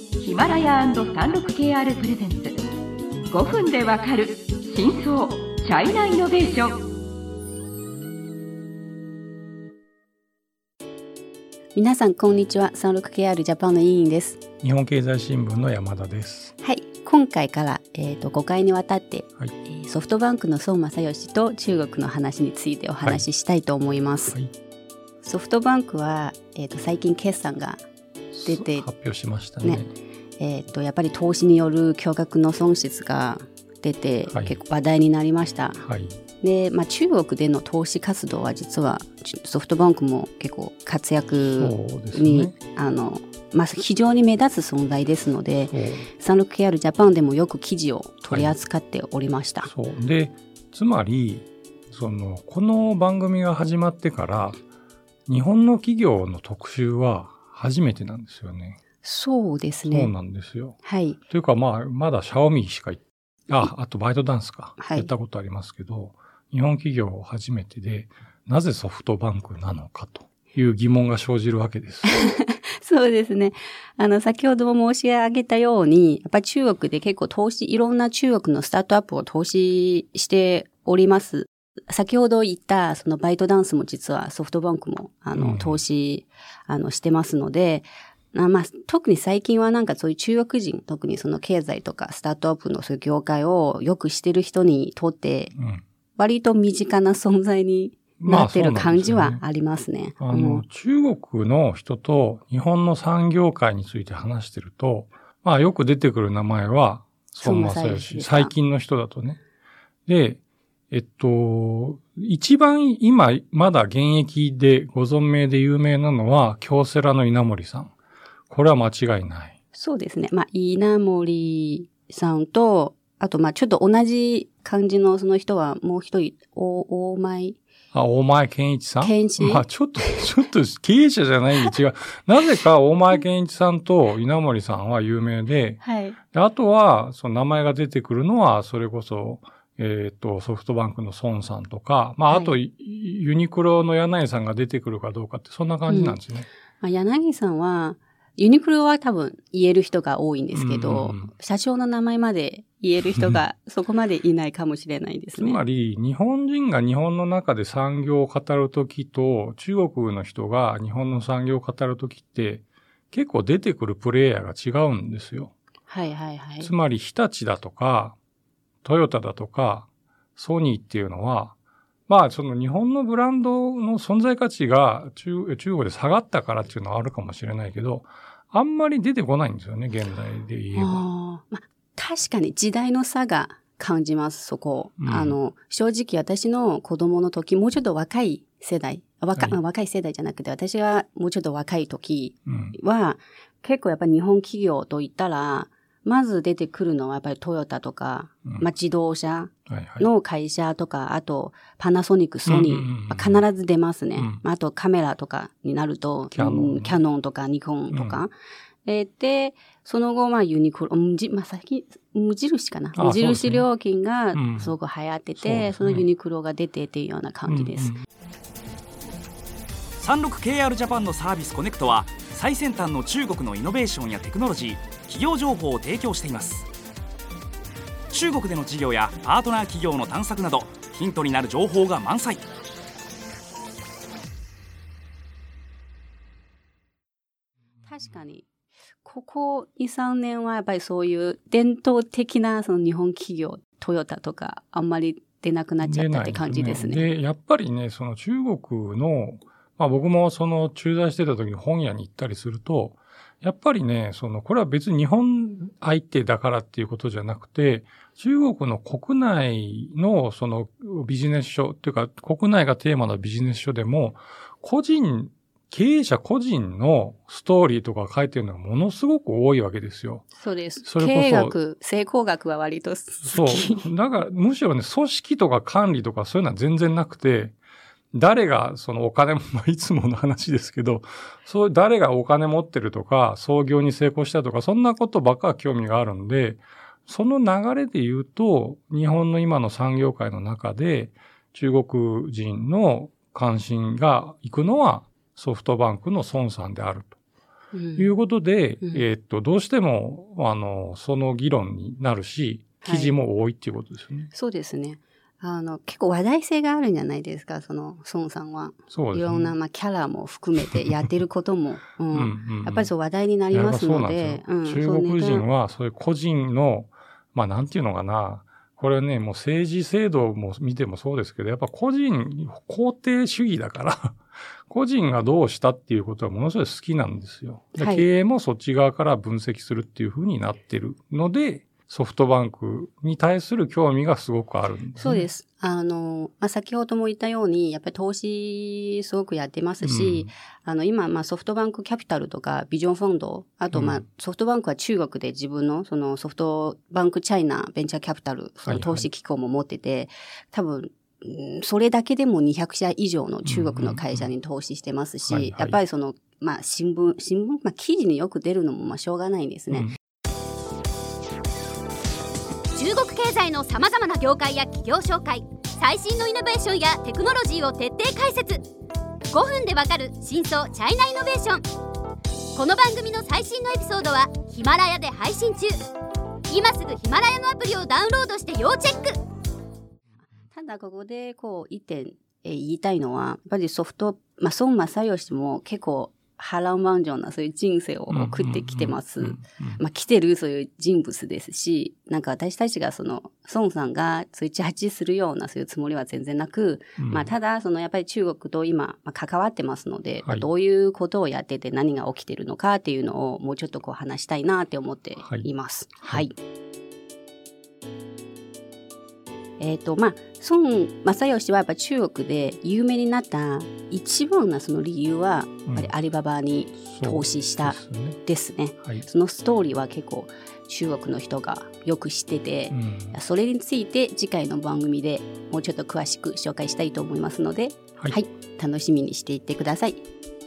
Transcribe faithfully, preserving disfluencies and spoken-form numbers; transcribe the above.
ヒマラヤ &さんじゅうろくケーアール プレゼンツごふんでわかる真相チャイナイノベーション。 皆さんこんにちは。 さんじゅうろくケーアール ジャパンの委員です。 日本経済新聞の山田です。 はい、今回から、えー、とごかいにわたって、 はいえー、ソフトバンクの孫正義と中国の話についてお話ししたいと思います、 はいはい、 ソフトバンクは、えー、と最近決算が出て発表しましたね。 ねえー、とやっぱり投資による巨額の損失が出て、はい、結構話題になりました、 はいでまあ、中国での投資活動は実はソフトバンクも結構活躍に、ねあのまあ、非常に目立つ存在ですので さんじゅうろくケーアール ジャパンでもよく記事を取り扱っておりました、はい、 そうでつまりそのこの番組が始まってから日本の企業の特集は初めてなんですよね。 そうですね。 そうなんですよ、 はい、 というか、まあ、まだシャオミしかああとバイトダンスか、 はい、 やったことありますけど日本企業初めてでなぜソフトバンクなのかという疑問が生じるわけですそうですね。あの、先ほども申し上げたように、やっぱり中国で結構投資、いろんな中国のスタートアップを投資しております。先ほど言った、そのバイトダンスも実はソフトバンクも、あの、投資、あの、してますので、あまあ、特に最近はなんかそういう中国人、特にその経済とかスタートアップのそういう業界をよくしてる人にとって、割と身近な存在になってる感じはありますね。 まあ、そうなんですよね。あの、中国の人と日本の産業界について話してると、まあよく出てくる名前は孫正義。最近の人だとね。で、えっと、一番今まだ現役でご存命で有名なのは京セラの稲盛さん。これは間違いない。 そうですね。まあ稲盛さんと、あとまあちょっと同じ感じのその人はもう一人、大前あ、大前健一さん健一まあちょっと、ちょっと経営者じゃないんで違う。なぜか大前健一さんと稲盛さんは有名で、 はい、 であとは、その名前が出てくるのは、それこそ、えっと、ソフトバンクの孫さんとか、まああと、はい、ユニクロの柳井さんが出てくるかどうかってそんな感じなんですね。 うんまあ、柳井さんは、ユニクロは多分言える人が多いんですけど、うん、社長の名前まで言える人がそこまでいないかもしれないですね。 つまり、日本人が日本の中で産業を語るときと、中国の人が日本の産業を語るときって、結構出てくるプレイヤーが違うんですよ。 はいはいはい。 つまり、日立だとか、トヨタだとか、ソニーっていうのは、まあ、その日本のブランドの存在価値が 中, 中国で下がったからっていうのはあるかもしれないけど、あんまり出てこないんですよね、現代で言えば。 あ、まあ、確かに時代の差が感じます、そこ。うん、あの、正直私の子供の時、もうちょっと若い世代、若、はい、若い世代じゃなくて、私がもうちょっと若い時は、うん、結構やっぱり日本企業といったら、まず出てくるのはやっぱりトヨタとか、うん、まあ、自動車の会社とか、はいはい、あとパナソニック、ソニー、うんうんうんまあ、必ず出ますね、うんまあ。あとカメラとかになると、キャノン、うん、キャノンとかニコンとか。うん、で、その後、まあユニクロ、まあ、最近、無印かな。無印良品がすごく流行ってて、うん、そのユニクロが出てっていうような感じです。うんうん、 さんじゅうろくケーアール ジャパンのサービスコネクトは、最先端の中国のイノベーションやテクノロジー、企業情報を提供しています。中国での事業やパートナー企業の探索などヒントになる情報が満載。 確かにここ に,さん 年はやっぱりそういう伝統的なその日本企業、トヨタとかあんまり出なくなっちゃったって感じですね。 で、ね、やっぱりね、その中国の、まあ僕もその駐在してた時に本屋に行ったりすると、やっぱりね、その、これは別に日本相手だからっていうことじゃなくて、中国の国内のそのビジネス書っていうか、国内がテーマのビジネス書でも、個人、経営者個人のストーリーとか書いてるのがものすごく多いわけですよ。 そうです。それこそ経営学、成功学は割と好き。 そう。だから、むしろね、組織とか管理とかそういうのは全然なくて、誰がそのお金も、いつもの話ですけど、そう誰がお金持ってるとか、創業に成功したとか、そんなことばっか興味があるんで、その流れで言うと、日本の今の産業界の中で、中国人の関心が行くのはソフトバンクの孫さんであるということで、 うんえーっと、どうしても、あの、その議論になるし、記事も多いっていうことですよね。 はい、そうですね。あの、結構話題性があるんじゃないですか、その、孫さんは。 そうですね。 いろんな、まあ、キャラも含めてやってることも、うん。 うんうんうん、 やっぱりそう話題になりますので、 うん、中国人はそういう個人の、まあ、なんていうのかな、これね、もう政治制度も見てもそうですけど、やっぱ個人、肯定主義だから、個人がどうしたっていうことはものすごい好きなんですよ。で、はい、経営もそっち側から分析するっていうふうになってるので、ソフトバンクに対する興味がすごくあるんです、ね。 そうです。あの、まあ、先ほども言ったように、やっぱり投資すごくやってますし、うん、あの、今、まあ、ソフトバンクキャピタルとかビジョンフォンド、あと、まあ、ソフトバンクは中国で自分の、そのソフトバンクチャイナベンチャーキャピタル、その投資機構も持ってて、はいはい、多分、それだけでもにひゃくしゃ以上の中国の会社に投資してますし、うんうんうん、やっぱりその、まあ、新聞、新聞、まあ、記事によく出るのも、まあ、しょうがないんですね。うん、 中国経済のさまざまな業界や企業紹介、最新のイノベーションやテクノロジーを徹底解説。ごふんでわかる真相チャイナイノベーション。この番組の最新のエピソードはヒマラヤで配信中。今すぐヒマラヤのアプリをダウンロードして要チェック。 ただここでこう一点、えー、言いたいのは、やっぱりソフト、まあ、孫正義も結構波乱万丈なそういう人生を送ってきてます。まあ来てるそういう人物ですし、なんか私たちがその孫さんが通知発するようなそういうつもりは全然なく、うん、まあただそのやっぱり中国と今、まあ、関わってますので、はい、まあ、どういうことをやってて何が起きてるのかっていうのをもうちょっとこう話したいなって思っています。はい。はい、えっと、まあ、孫正義はやっぱ中国で有名になった一番なその理由は、やっぱりアリババに投資したですね。うん、そ, すねはい、そのストーリーは結構中国の人がよく知ってて、うん、それについて次回の番組でもうちょっと詳しく紹介したいと思いますので、はい、はい、楽しみにしていってください。